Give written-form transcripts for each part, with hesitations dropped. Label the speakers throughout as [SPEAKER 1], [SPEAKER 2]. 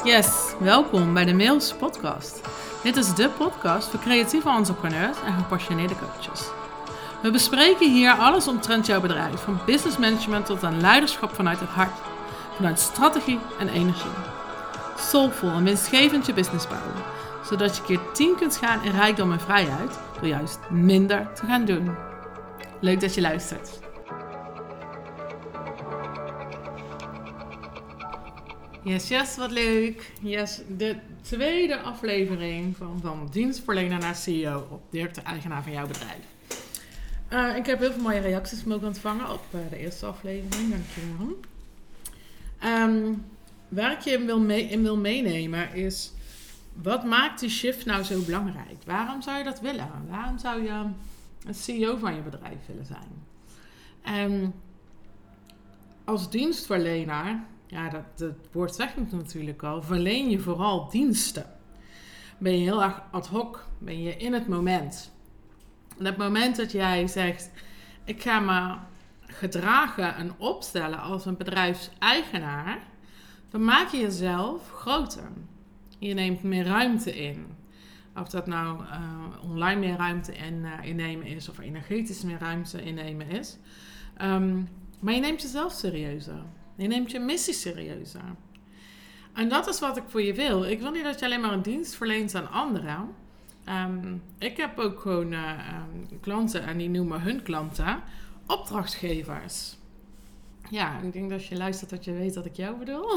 [SPEAKER 1] Yes, welkom bij de Mails podcast. Dit is de podcast voor creatieve entrepreneurs en gepassioneerde coaches. We bespreken hier alles omtrent jouw bedrijf, van business management tot aan leiderschap vanuit het hart, vanuit strategie en energie. Soulful en winstgevend je business bouwen, zodat je keer 10 kunt gaan in rijkdom en vrijheid door juist minder te gaan doen. Leuk dat je luistert. Yes, wat leuk. Yes, de tweede aflevering van dienstverlener naar CEO op directeur-eigenaar van jouw bedrijf. Ik heb heel veel mooie reacties mogen ontvangen op de eerste aflevering. Dankjewel. Waar ik je in wil meenemen is, wat maakt die shift nou zo belangrijk? Waarom zou je dat willen? Waarom zou je een CEO van je bedrijf willen zijn? Als dienstverlener, ja, dat woord zegt het natuurlijk al, verleen je vooral diensten. Ben je heel erg ad hoc, ben je in het moment. En op het moment dat jij zegt, ik ga me gedragen en opstellen als een bedrijfseigenaar, dan maak je jezelf groter. Je neemt meer ruimte in. Of dat nou online meer ruimte innemen is of energetisch meer ruimte innemen is. Maar je neemt jezelf serieuzer. Je neemt je missie serieuzer. En dat is wat ik voor je wil. Ik wil niet dat je alleen maar een dienst verleent aan anderen. Ik heb ook gewoon klanten en die noemen hun klanten opdrachtgevers. Ja, ik denk dat als je luistert dat je weet dat ik jou bedoel.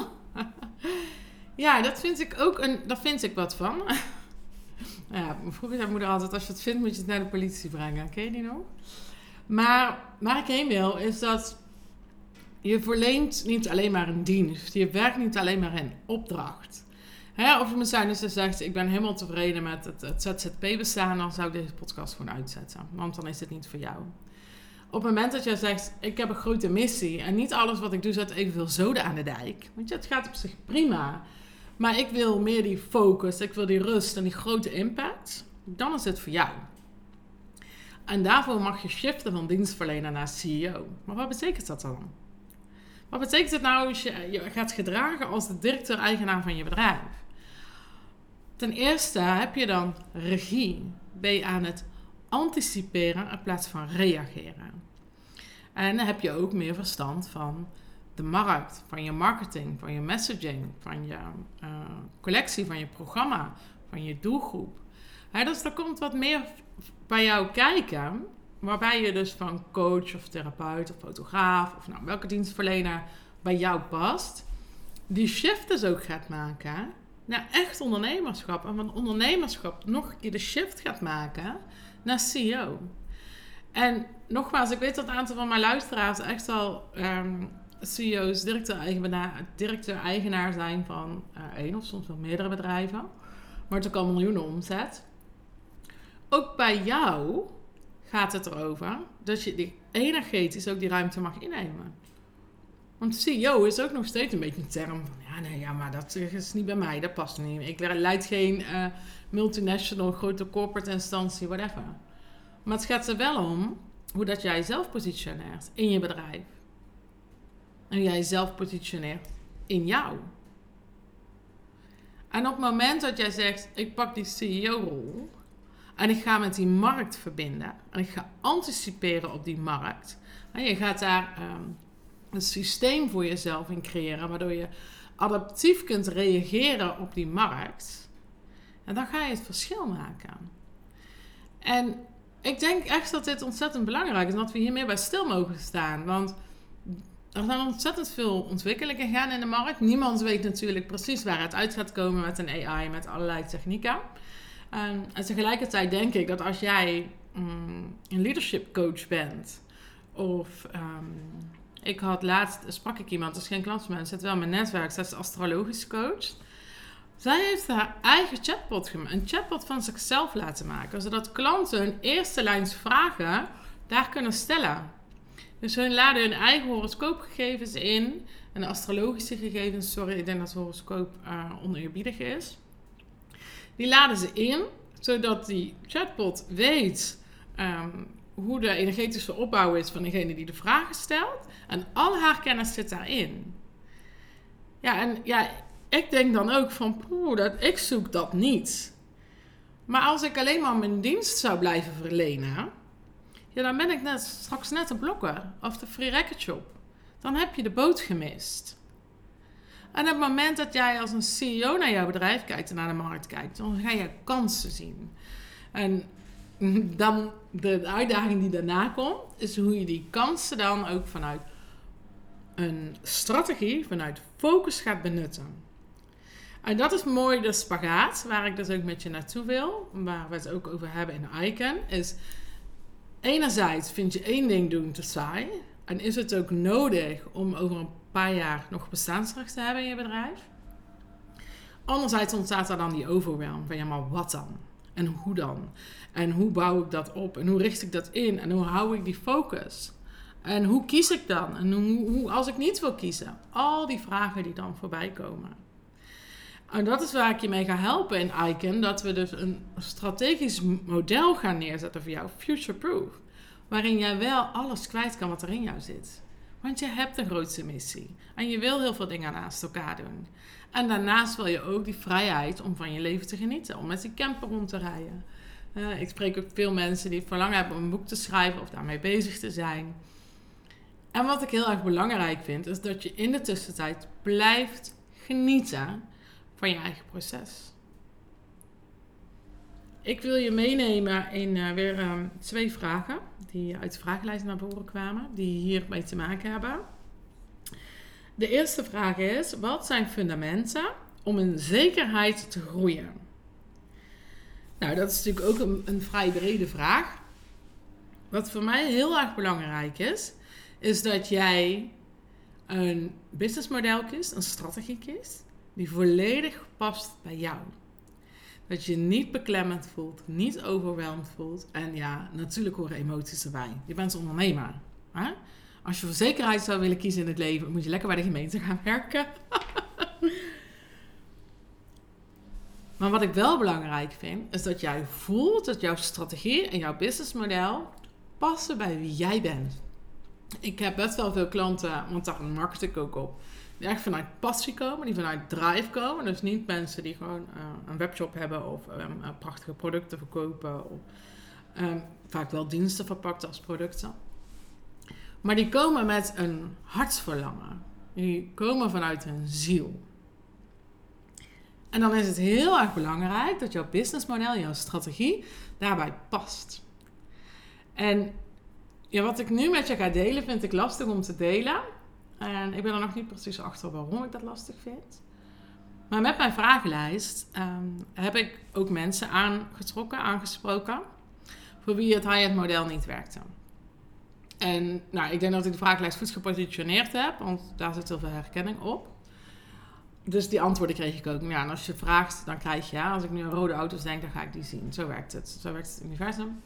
[SPEAKER 1] Ja, dat vind ik ook daar vind ik wat van. Ja, vroeger zei moeder altijd, als je het vindt moet je het naar de politie brengen. Ken je die nog? Maar waar ik heen wil is dat je verleent niet alleen maar een dienst. Je werkt niet alleen maar in opdracht. Of het moet zijn als je zegt, ik ben helemaal tevreden met het ZZP-bestaan, dan zou ik deze podcast gewoon uitzetten. Want dan is het niet voor jou. Op het moment dat jij zegt, ik heb een grote missie en niet alles wat ik doe zet evenveel zoden aan de dijk. Want het gaat op zich prima. Maar ik wil meer die focus, ik wil die rust en die grote impact. Dan is het voor jou. En daarvoor mag je shiften van dienstverlener naar CEO. Maar wat betekent dat dan? Wat betekent het nou als je gaat gedragen als de directeur-eigenaar van je bedrijf? Ten eerste heb je dan regie. Ben je aan het anticiperen in plaats van reageren. En dan heb je ook meer verstand van de markt, van je marketing, van je messaging, van je collectie, van je programma, van je doelgroep. Dus er komt wat meer bij jou kijken, waarbij je dus van coach of therapeut of fotograaf of nou, welke dienstverlener bij jou past, die shift dus ook gaat maken naar echt ondernemerschap. En van ondernemerschap nog een keer de shift gaat maken naar CEO. En nogmaals, ik weet dat een aantal van mijn luisteraars echt al CEO's, directeur-eigenaar zijn van 1 of soms wel meerdere bedrijven. Maar het ook al miljoenen omzet. Ook bij jou gaat het erover dat je die energetisch ook die ruimte mag innemen. Want CEO is ook nog steeds een beetje een term van, maar dat is niet bij mij, dat past niet. Ik leid geen multinational, grote corporate instantie, whatever. Maar het gaat er wel om hoe dat jij jezelf positioneert in je bedrijf. En jij jezelf positioneert in jou. En op het moment dat jij zegt, ik pak die CEO-rol en ik ga met die markt verbinden en ik ga anticiperen op die markt. En je gaat daar een systeem voor jezelf in creëren, waardoor je adaptief kunt reageren op die markt. En dan ga je het verschil maken. En ik denk echt dat dit ontzettend belangrijk is en dat we hier meer bij stil mogen staan. Want er zijn ontzettend veel ontwikkelingen gaan in de markt. Niemand weet natuurlijk precies waar het uit gaat komen met een AI, met allerlei technieken. En tegelijkertijd denk ik dat als jij een leadership coach bent, of ik had laatst, sprak ik iemand, dat is geen klant van mij, zit wel in mijn netwerk, zij is astrologisch coach. Zij heeft haar eigen chatbot een chatbot van zichzelf laten maken, zodat klanten hun eerste lijns vragen daar kunnen stellen. Dus hun laden hun eigen horoscoopgegevens in, en de astrologische gegevens, ik denk dat horoscoop oneerbiedig is. Die laden ze in, zodat die chatbot weet hoe de energetische opbouw is van degene die de vragen stelt. En al haar kennis zit daarin. Ja, en ja, ik denk dan ook van, ik zoek dat niet. Maar als ik alleen maar mijn dienst zou blijven verlenen, ja, dan ben ik straks net een blokker of de free record shop. Dan heb je de boot gemist. En op het moment dat jij als een CEO naar jouw bedrijf kijkt en naar de markt kijkt, dan ga je kansen zien. En dan de uitdaging die daarna komt, is hoe je die kansen dan ook vanuit een strategie, vanuit focus gaat benutten. En dat is mooi de spagaat, waar ik dus ook met je naartoe wil, waar we het ook over hebben in Icon, is enerzijds vind je één ding doen te saai en is het ook nodig om over een paar jaar nog bestaansrecht te hebben in je bedrijf. Anderzijds ontstaat er dan die overwhelm van ja, maar wat dan? En hoe dan? En hoe bouw ik dat op? En hoe richt ik dat in? En hoe hou ik die focus? En hoe kies ik dan? En hoe als ik niet wil kiezen? Al die vragen die dan voorbij komen. En dat is waar ik je mee ga helpen in Icon. Dat we dus een strategisch model gaan neerzetten voor jou, future-proof. Waarin jij wel alles kwijt kan wat er in jou zit. Want je hebt een grootste missie. En je wil heel veel dingen naast elkaar doen. En daarnaast wil je ook die vrijheid om van je leven te genieten. Om met die camper rond te rijden. Ik spreek ook veel mensen die het verlangen hebben om een boek te schrijven of daarmee bezig te zijn. En wat ik heel erg belangrijk vind, is dat je in de tussentijd blijft genieten van je eigen proces. Ik wil je meenemen in weer 2 vragen die uit de vragenlijst naar voren kwamen, die hiermee te maken hebben. De eerste vraag is, wat zijn fundamenten om in zekerheid te groeien? Nou, dat is natuurlijk ook een vrij brede vraag. Wat voor mij heel erg belangrijk is dat jij een businessmodel kiest, een strategie kiest, die volledig past bij jou. Dat je niet beklemmend voelt, niet overweldigd voelt. En ja, natuurlijk horen emoties erbij. Je bent een ondernemer. Hè? Als je voor zekerheid zou willen kiezen in het leven, moet je lekker bij de gemeente gaan werken. Maar wat ik wel belangrijk vind, is dat jij voelt dat jouw strategie en jouw businessmodel passen bij wie jij bent. Ik heb best wel veel klanten, want daar market ik ook op, die echt vanuit passie komen, die vanuit drive komen. Dus niet mensen die gewoon een webshop hebben of prachtige producten verkopen. Of vaak wel diensten verpakt als producten. Maar die komen met een hartsverlangen. Die komen vanuit hun ziel. En dan is het heel erg belangrijk dat jouw businessmodel, jouw strategie, daarbij past. En ja, wat ik nu met je ga delen, vind ik lastig om te delen. En ik ben er nog niet precies achter waarom ik dat lastig vind. Maar met mijn vragenlijst heb ik ook mensen aangesproken, voor wie het high-end model niet werkte. En nou, ik denk dat ik de vragenlijst goed gepositioneerd heb, want daar zit heel veel herkenning op. Dus die antwoorden kreeg ik ook. Ja, en als je vraagt, dan krijg je, ja, als ik nu aan rode auto's denk, dan ga ik die zien. Zo werkt het. Zo werkt het universum.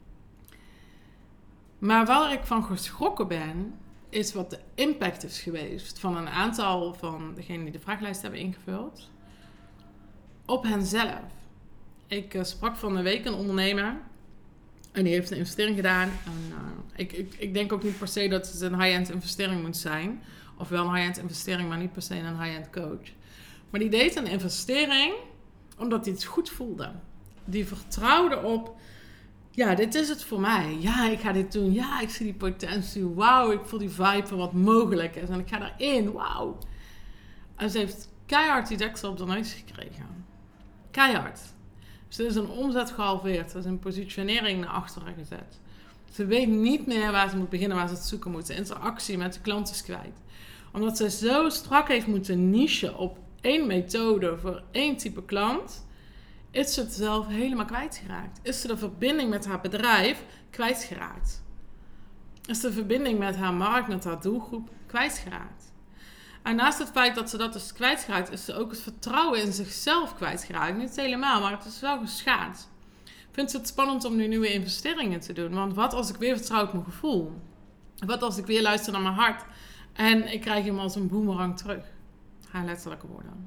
[SPEAKER 1] Maar waar ik van geschrokken ben, is wat de impact is geweest van een aantal van degenen die de vragenlijst hebben ingevuld op henzelf. Ik sprak van de week een ondernemer en die heeft een investering gedaan. En, ik denk ook niet per se dat het een high-end investering moet zijn. Of wel een high-end investering, maar niet per se een high-end coach. Maar die deed een investering omdat hij het goed voelde. Die vertrouwde op, ja, dit is het voor mij. Ja, ik ga dit doen. Ja, ik zie die potentie. Wauw, ik voel die vibe van wat mogelijk is. En ik ga erin. Wauw. En ze heeft keihard die deksel op de neus gekregen. Keihard. Dus er is een omzet gehalveerd. Er is een positionering naar achteren gezet. Ze weet niet meer waar ze moet beginnen, waar ze het zoeken moet. De interactie met de klant is kwijt. Omdat ze zo strak heeft moeten nichen op 1 methode voor 1 type klant, is ze het zelf helemaal kwijtgeraakt. Is ze de verbinding met haar bedrijf kwijtgeraakt. Is de verbinding met haar markt, met haar doelgroep kwijtgeraakt. En naast het feit dat ze dat is kwijtgeraakt, is ze ook het vertrouwen in zichzelf kwijtgeraakt. Niet helemaal, maar het is wel geschaad. Vindt ze het spannend om nu nieuwe investeringen te doen? Want wat als ik weer vertrouw op mijn gevoel? Wat als ik weer luister naar mijn hart en ik krijg hem als een boemerang terug? Haar letterlijke woorden.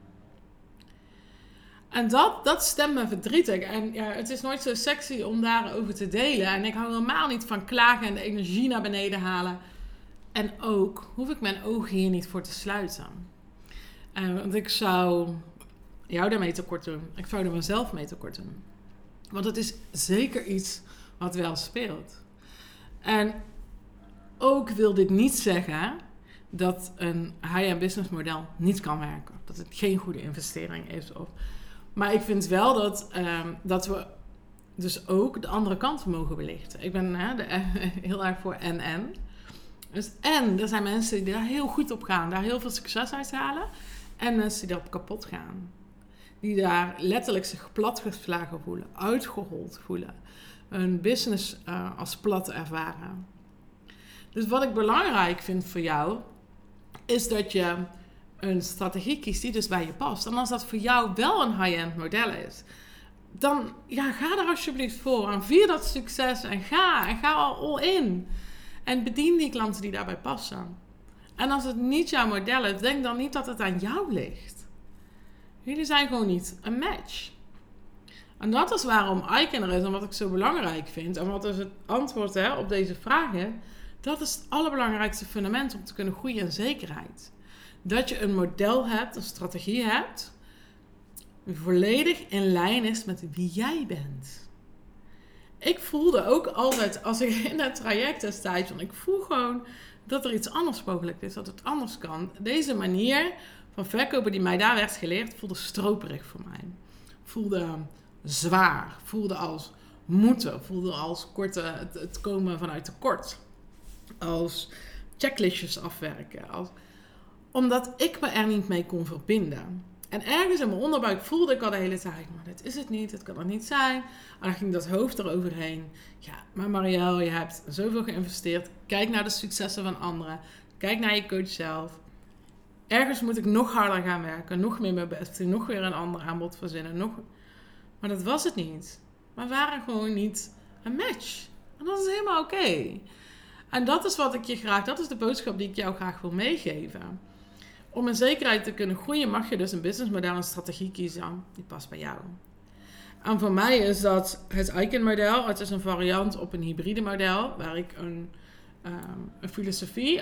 [SPEAKER 1] En dat stemt me verdrietig. En ja, het is nooit zo sexy om daarover te delen. En ik hou helemaal niet van klagen en de energie naar beneden halen. En ook hoef ik mijn ogen hier niet voor te sluiten. Want ik zou jou daarmee tekort doen. Ik zou er mezelf mee tekort doen. Want het is zeker iets wat wel speelt. En ook wil dit niet zeggen dat een high-end business model niet kan werken. Dat het geen goede investering is. Maar ik vind wel dat we dus ook de andere kant mogen belichten. Ik ben heel erg voor en. Dus er zijn mensen die daar heel goed op gaan. Daar heel veel succes uit halen. En mensen die daarop kapot gaan. Die daar letterlijk zich platgeslagen voelen. Uitgehold voelen. Hun business als plat ervaren. Dus wat ik belangrijk vind voor jou, is dat je een strategie kiest die dus bij je past. En als dat voor jou wel een high-end model is, dan ga er alsjeblieft voor. En vier dat succes en ga all in. En bedien die klanten die daarbij passen. En als het niet jouw model is, denk dan niet dat het aan jou ligt. Jullie zijn gewoon niet een match. En dat is waarom Icon er is en wat ik zo belangrijk vind. En wat is het antwoord op deze vragen? Dat is het allerbelangrijkste fundament om te kunnen groeien in zekerheid. Dat je een model hebt, een strategie hebt, die volledig in lijn is met wie jij bent. Ik voelde ook altijd, als ik in het traject destijds, want ik voel gewoon dat er iets anders mogelijk is, dat het anders kan. Deze manier van verkopen die mij daar werd geleerd, voelde stroperig voor mij. Voelde zwaar, voelde als moeten, voelde als het komen vanuit tekort. Als checklistjes afwerken. Omdat ik me er niet mee kon verbinden. En ergens in mijn onderbuik voelde ik al de hele tijd, maar dit is het niet, het kan er niet zijn. En dan ging dat hoofd eroverheen. Ja, maar Marielle, je hebt zoveel geïnvesteerd. Kijk naar de successen van anderen. Kijk naar je coach zelf. Ergens moet ik nog harder gaan werken, nog meer mijn best doen, nog weer een ander aanbod verzinnen. Maar dat was het niet. We waren gewoon niet een match. En dat is helemaal oké. En dat is dat is de boodschap die ik jou graag wil meegeven. Om in zekerheid te kunnen groeien mag je dus een businessmodel en strategie kiezen die past bij jou. En voor mij is dat het Icon model. Het is een variant op een hybride model waar ik een filosofie,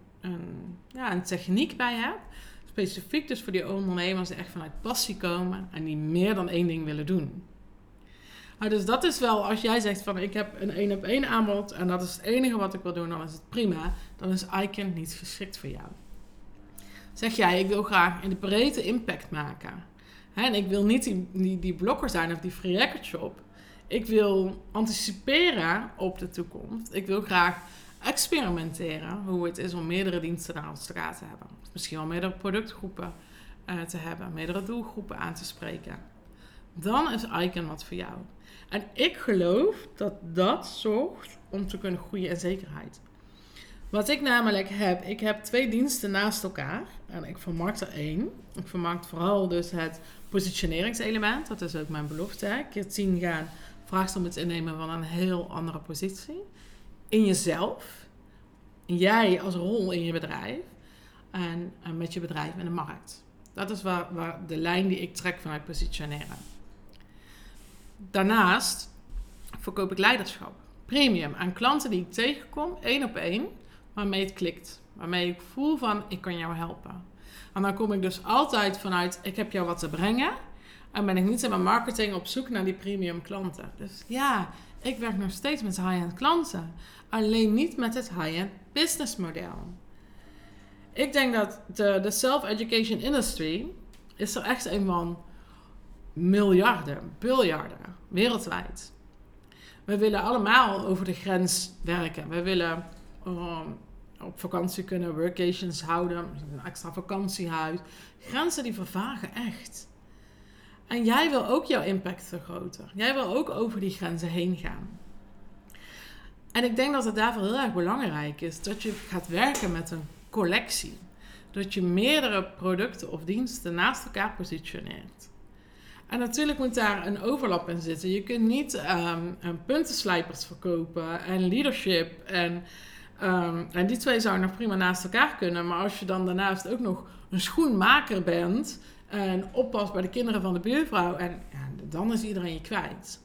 [SPEAKER 1] een techniek bij heb. Specifiek dus voor die ondernemers die echt vanuit passie komen en die meer dan één ding willen doen. Nou, dus dat is wel, als jij zegt van ik heb een 1-op-1 aanbod en dat is het enige wat ik wil doen, dan is het prima. Dan is Icon niet geschikt voor jou. Zeg jij, ik wil graag in de breedte impact maken. En ik wil niet die blokker zijn of die free record shop. Ik wil anticiperen op de toekomst. Ik wil graag experimenteren hoe het is om meerdere diensten naast elkaar te hebben. Misschien wel meerdere productgroepen te hebben, meerdere doelgroepen aan te spreken. Dan is Icon wat voor jou. En ik geloof dat dat zorgt om te kunnen groeien in zekerheid. Wat ik namelijk heb, ik heb 2 diensten naast elkaar. En ik vermarkt er 1. Ik vermarkt vooral dus het positioneringselement. Dat is ook mijn belofte. Keer 10 gaan vraagt om het innemen van een heel andere positie. In jezelf. Jij als rol in je bedrijf. En met je bedrijf in de markt. Dat is waar de lijn die ik trek vanuit positioneren. Daarnaast verkoop ik leiderschap. Premium aan klanten die ik tegenkom, 1-op-1, waarmee het klikt. Waarmee ik voel van, ik kan jou helpen. En dan kom ik dus altijd vanuit, ik heb jou wat te brengen. En ben ik niet in mijn marketing op zoek naar die premium klanten. Dus ja, ik werk nog steeds met high-end klanten. Alleen niet met het high-end business model. Ik denk dat de self-education industry is er echt een van miljarden, biljarden, wereldwijd. We willen allemaal over de grens werken. We willen op vakantie kunnen workations houden, een extra vakantiehuis. Grenzen die vervagen echt. En jij wil ook jouw impact vergroten. Jij wil ook over die grenzen heen gaan. En ik denk dat het daarvoor heel erg belangrijk is dat je gaat werken met een collectie. Dat je meerdere producten of diensten naast elkaar positioneert. En natuurlijk moet daar een overlap in zitten. Je kunt niet puntenslijpers verkopen en leadership. En die 2 zouden nog prima naast elkaar kunnen. Maar als je dan daarnaast ook nog een schoenmaker bent en oppast bij de kinderen van de buurvrouw, dan is iedereen je kwijt.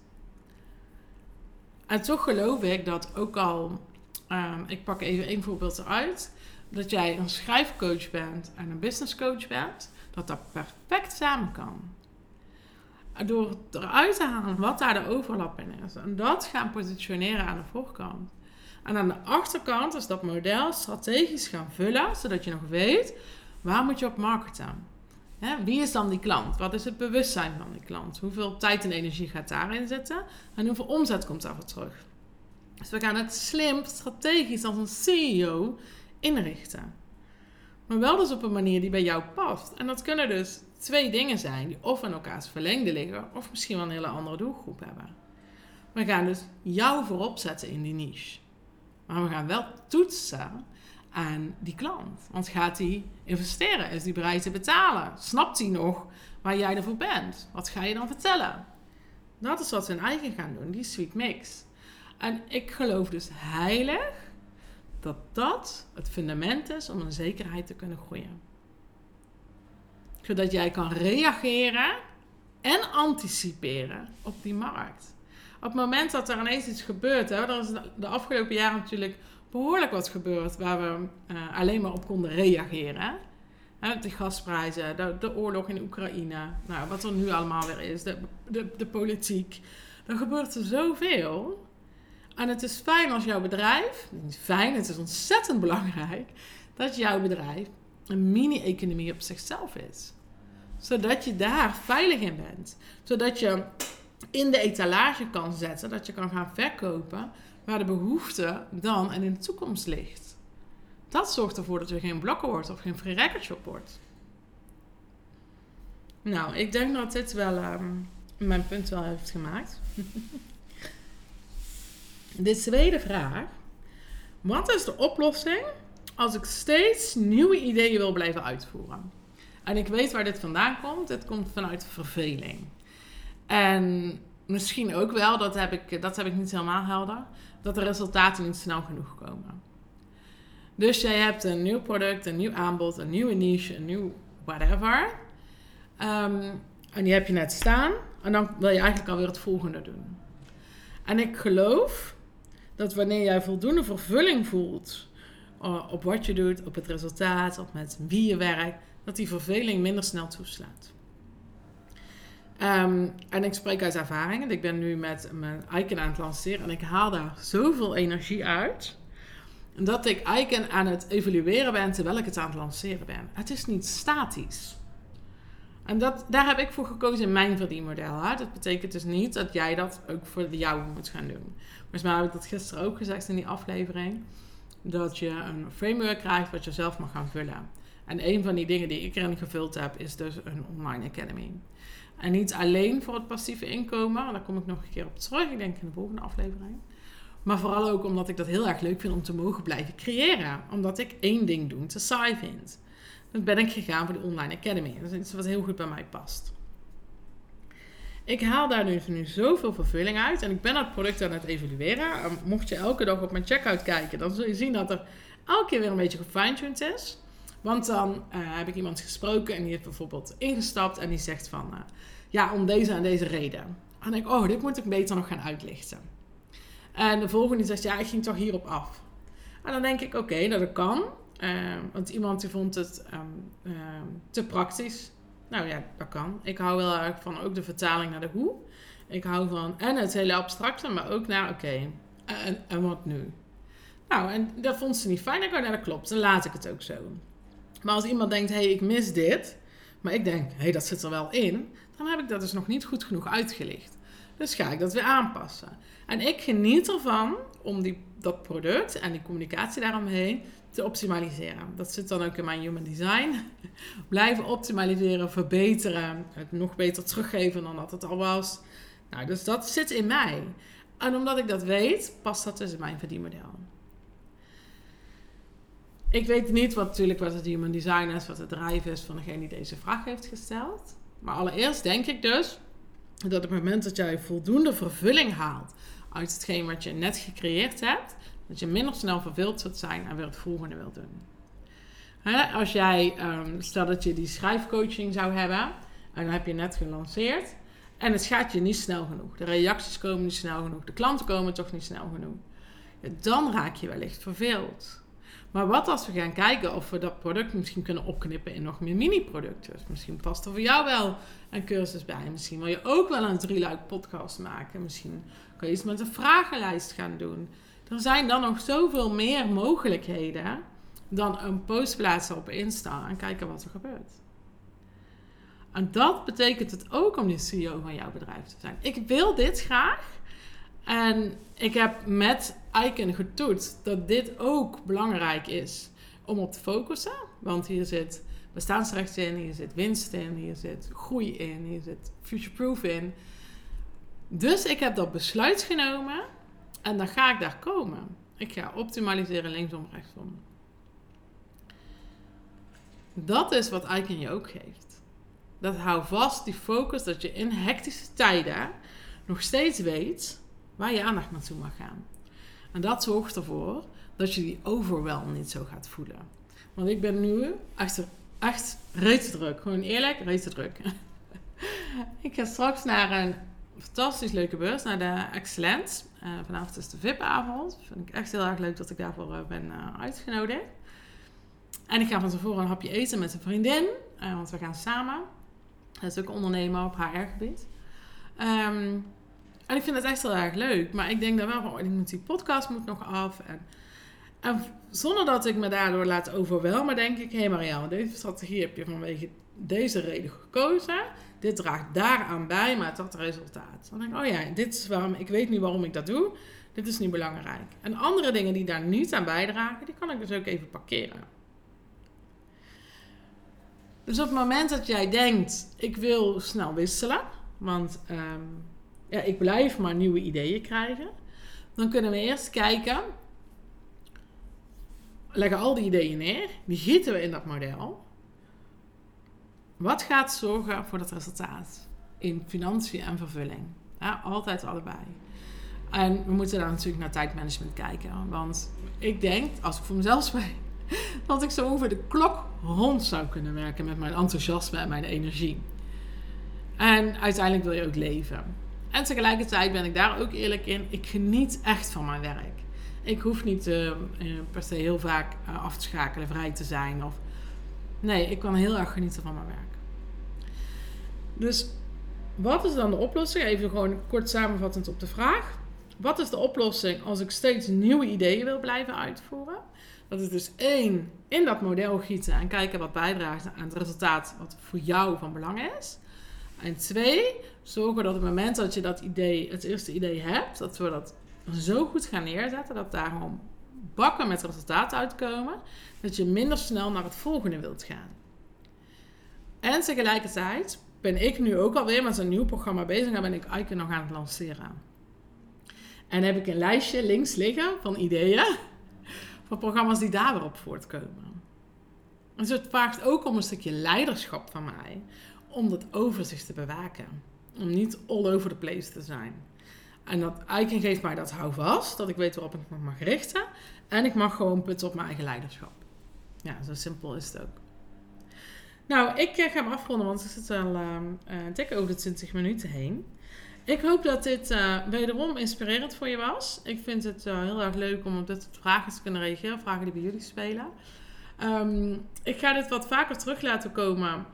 [SPEAKER 1] En toch geloof ik dat ook al, ik pak even 1 voorbeeld eruit, dat jij een schrijfcoach bent en een businesscoach bent, dat perfect samen kan. Door eruit te halen wat daar de overlap in is. En dat gaan positioneren aan de voorkant. En aan de achterkant is dat model strategisch gaan vullen, zodat je nog weet, waar moet je op marketen? Wie is dan die klant? Wat is het bewustzijn van die klant? Hoeveel tijd en energie gaat daarin zitten? En hoeveel omzet komt daarvoor terug? Dus we gaan het slim, strategisch als een CEO inrichten. Maar wel dus op een manier die bij jou past. En dat kunnen dus 2 dingen zijn die of in elkaars verlengde liggen, of misschien wel een hele andere doelgroep hebben. We gaan dus jou voorop zetten in die niche. Maar we gaan wel toetsen aan die klant. Want gaat hij investeren? Is hij bereid te betalen? Snapt hij nog waar jij ervoor bent? Wat ga je dan vertellen? Dat is wat we in eigen gaan doen, die sweet mix. En ik geloof dus heilig dat dat het fundament is om een zekerheid te kunnen groeien. Zodat jij kan reageren en anticiperen op die markt. Op het moment dat er ineens iets gebeurt, er is de afgelopen jaren natuurlijk behoorlijk wat gebeurd waar we alleen maar op konden reageren. De gasprijzen, de oorlog in Oekraïne, wat er nu allemaal weer is, de politiek. Er gebeurt er zoveel. En het is fijn als jouw bedrijf, niet fijn, het is ontzettend belangrijk, dat jouw bedrijf een mini-economie op zichzelf is. Zodat je daar veilig in bent. Zodat je in de etalage kan zetten, dat je kan gaan verkopen waar de behoefte dan en in de toekomst ligt. Dat zorgt ervoor dat er geen blokken wordt of geen free record shop wordt. Nou, ik denk dat dit wel mijn punt wel heeft gemaakt. De tweede vraag. Wat is de oplossing als ik steeds nieuwe ideeën wil blijven uitvoeren? En ik weet waar dit vandaan komt. Dit komt vanuit verveling. En misschien ook wel, dat heb ik niet helemaal helder, dat de resultaten niet snel genoeg komen. Dus jij hebt een nieuw product, een nieuw aanbod, een nieuwe niche, een nieuw whatever. En die heb je net staan. En dan wil je eigenlijk alweer het volgende doen. En ik geloof dat wanneer jij voldoende vervulling voelt op wat je doet, op het resultaat, op met wie je werkt, dat die verveling minder snel toeslaat. En ik spreek uit ervaring. Ik ben nu met mijn Icon aan het lanceren en ik haal daar zoveel energie uit, dat ik Icon aan het evalueren ben terwijl ik het aan het lanceren ben. Het is niet statisch. En daar heb ik voor gekozen in mijn verdienmodel. Hè? Dat betekent dus niet dat jij dat ook voor jou moet gaan doen. Volgens mij heb ik dat gisteren ook gezegd in die aflevering. Dat je een framework krijgt wat je zelf mag gaan vullen. En een van die dingen die ik erin gevuld heb is dus een online academy. En niet alleen voor het passieve inkomen. Daar kom ik nog een keer op terug. Ik denk in de volgende aflevering. Maar vooral ook omdat ik dat heel erg leuk vind om te mogen blijven creëren. Omdat ik 1 ding doen te saai vind. Dan ben ik gegaan voor de Online Academy. Dat is iets wat heel goed bij mij past. Ik haal daar dus nu zoveel vervulling uit. En ik ben het product aan het evalueren. Mocht je elke dag op mijn checkout kijken, dan zul je zien dat er elke keer weer een beetje gefine-tuned is. Want dan heb ik iemand gesproken en die heeft bijvoorbeeld ingestapt en die zegt van, om deze en deze reden. En dan denk ik, dit moet ik beter nog gaan uitlichten. En de volgende die zegt, ik ging toch hierop af. En dan denk ik, oké, dat kan. Want iemand die vond het te praktisch. Nou ja, dat kan. Ik hou wel erg van ook de vertaling naar de hoe. Ik hou van en het hele abstracte, maar ook naar en wat nu? Nou, en dat vond ze niet fijn. Ik dat klopt. Dan laat ik het ook zo. Maar als iemand denkt, ik mis dit. Maar ik denk, dat zit er wel in. Dan heb ik dat dus nog niet goed genoeg uitgelicht. Dus ga ik dat weer aanpassen. En ik geniet ervan om dat product en die communicatie daaromheen te optimaliseren. Dat zit dan ook in mijn human design. Blijven optimaliseren, verbeteren, het nog beter teruggeven dan dat het al was. Nou, dus dat zit in mij. En omdat ik dat weet, past dat dus in mijn verdienmodel. Ik weet niet wat het human design is, wat het drive is van degene die deze vraag heeft gesteld. Maar allereerst denk ik dus dat op het moment dat jij voldoende vervulling haalt uit hetgeen wat je net gecreëerd hebt, dat je minder snel verveeld zult zijn en weer het volgende wilt doen. Als jij, stel dat je die schrijfcoaching zou hebben, en dan heb je net gelanceerd, en het gaat je niet snel genoeg. De reacties komen niet snel genoeg, de klanten komen toch niet snel genoeg. Dan raak je wellicht verveeld. Maar wat als we gaan kijken of we dat product misschien kunnen opknippen in nog meer mini-producten? Dus misschien past er voor jou wel een cursus bij. Misschien wil je ook wel een 3-luik podcast maken. Misschien kan je iets met een vragenlijst gaan doen. Er zijn dan nog zoveel meer mogelijkheden dan een post plaatsen op Insta en kijken wat er gebeurt. En dat betekent het ook om de CEO van jouw bedrijf te zijn. Ik wil dit graag. En ik heb met Icon getoetst dat dit ook belangrijk is om op te focussen. Want hier zit bestaansrecht in, hier zit winst in, hier zit groei in, hier zit future-proof in. Dus ik heb dat besluit genomen en dan ga ik daar komen. Ik ga optimaliseren linksom, rechtsom. Dat is wat Icon je ook geeft. Dat hou vast, die focus, dat je in hectische tijden nog steeds weet waar je aandacht naartoe mag gaan. En dat zorgt ervoor dat je die overwhelm niet zo gaat voelen. Want ik ben nu echt rete druk. Gewoon eerlijk, rete druk. Ik ga straks naar een fantastisch leuke beurs, naar de Excellence. Vanavond is de VIP-avond. Vind ik echt heel erg leuk dat ik daarvoor ben uitgenodigd. En ik ga van tevoren een hapje eten met een vriendin. Want we gaan samen. Dat is ook een ondernemer op HR-gebied. En ik vind het echt heel erg leuk. Maar ik denk dan wel van, die podcast moet nog af. En zonder dat ik me daardoor laat overwelmen, denk ik, hé Marianne, deze strategie heb je vanwege deze reden gekozen. Dit draagt daaraan bij, maar het had resultaat. Dan denk ik, dit is waarom, ik weet nu waarom ik dat doe. Dit is niet belangrijk. En andere dingen die daar niet aan bijdragen, die kan ik dus ook even parkeren. Dus op het moment dat jij denkt, ik wil snel wisselen, want ik blijf maar nieuwe ideeën krijgen, dan kunnen we eerst kijken, leggen al die ideeën neer, die gieten we in dat model. Wat gaat zorgen voor dat resultaat? In financiën en vervulling. Ja, altijd allebei. En we moeten daar natuurlijk naar tijdmanagement kijken. Want ik denk, als ik voor mezelf spreek, dat ik zo ongeveer de klok rond zou kunnen werken met mijn enthousiasme en mijn energie. En uiteindelijk wil je ook leven. En tegelijkertijd ben ik daar ook eerlijk in. Ik geniet echt van mijn werk. Ik hoef niet per se heel vaak af te schakelen, vrij te zijn. Nee, ik kan heel erg genieten van mijn werk. Dus wat is dan de oplossing? Even gewoon kort samenvattend op de vraag. Wat is de oplossing als ik steeds nieuwe ideeën wil blijven uitvoeren? Dat is dus 1, in dat model gieten en kijken wat bijdraagt aan het resultaat wat voor jou van belang is. En 2, zorgen dat op het moment dat je dat idee, het eerste idee hebt, dat we dat zo goed gaan neerzetten, dat daar gewoon bakken met resultaten uitkomen, dat je minder snel naar het volgende wilt gaan. En tegelijkertijd ben ik nu ook alweer met zo'n nieuw programma bezig en ben ik Icon nog aan het lanceren. En heb ik een lijstje links liggen van ideeën van programma's die daar weer op voortkomen. Dus het vraagt ook om een stukje leiderschap van mij om dat overzicht te bewaken. Om niet all over the place te zijn. En dat Icon geeft mij dat houvast, dat ik weet waarop ik me mag richten. En ik mag gewoon putten op mijn eigen leiderschap. Ja, zo simpel is het ook. Nou, ik ga hem afronden, want ik zit al dik over de 20 minuten heen. Ik hoop dat dit wederom inspirerend voor je was. Ik vind het heel erg leuk om op dit soort vragen te kunnen reageren. Vragen die bij jullie spelen. Ik ga dit wat vaker terug laten komen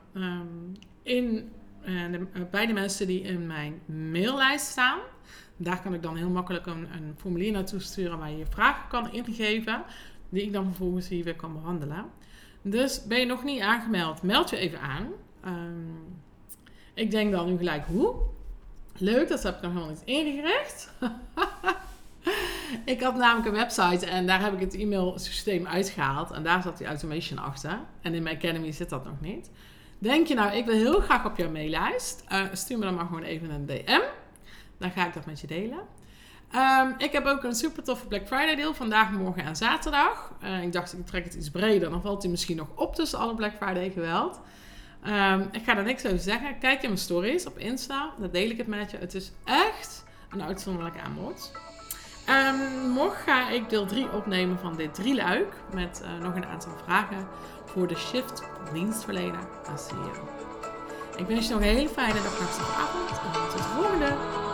[SPEAKER 1] bij de mensen die in mijn maillijst staan. Daar kan ik dan heel makkelijk een formulier naartoe sturen waar je je vragen kan ingeven. Die ik dan vervolgens hier weer kan behandelen. Dus ben je nog niet aangemeld, meld je even aan. Ik denk dan nu gelijk hoe. Leuk, dat heb ik nog helemaal niet ingericht. Ik had namelijk een website en daar heb ik het e-mailsysteem uitgehaald. En daar zat die automation achter. En in mijn Academy zit dat nog niet. Denk je nou, ik wil heel graag op jouw maillijst. Stuur me dan maar gewoon even een DM. Dan ga ik dat met je delen. Ik heb ook een super toffe Black Friday deal. Vandaag, morgen en zaterdag. Ik dacht, ik trek het iets breder. Dan valt hij misschien nog op tussen alle Black Friday geweld. Ik ga er niks over zeggen. Kijk in mijn stories op Insta. Daar deel ik het met je. Het is echt een uitzonderlijk aanbod. Morgen ga ik deel 3 opnemen van dit 3-luik. Met nog een aantal vragen voor de shift dienstverlener als CEO. Ik wens je nog een hele fijne dag, nacht of avond. En tot de volgende.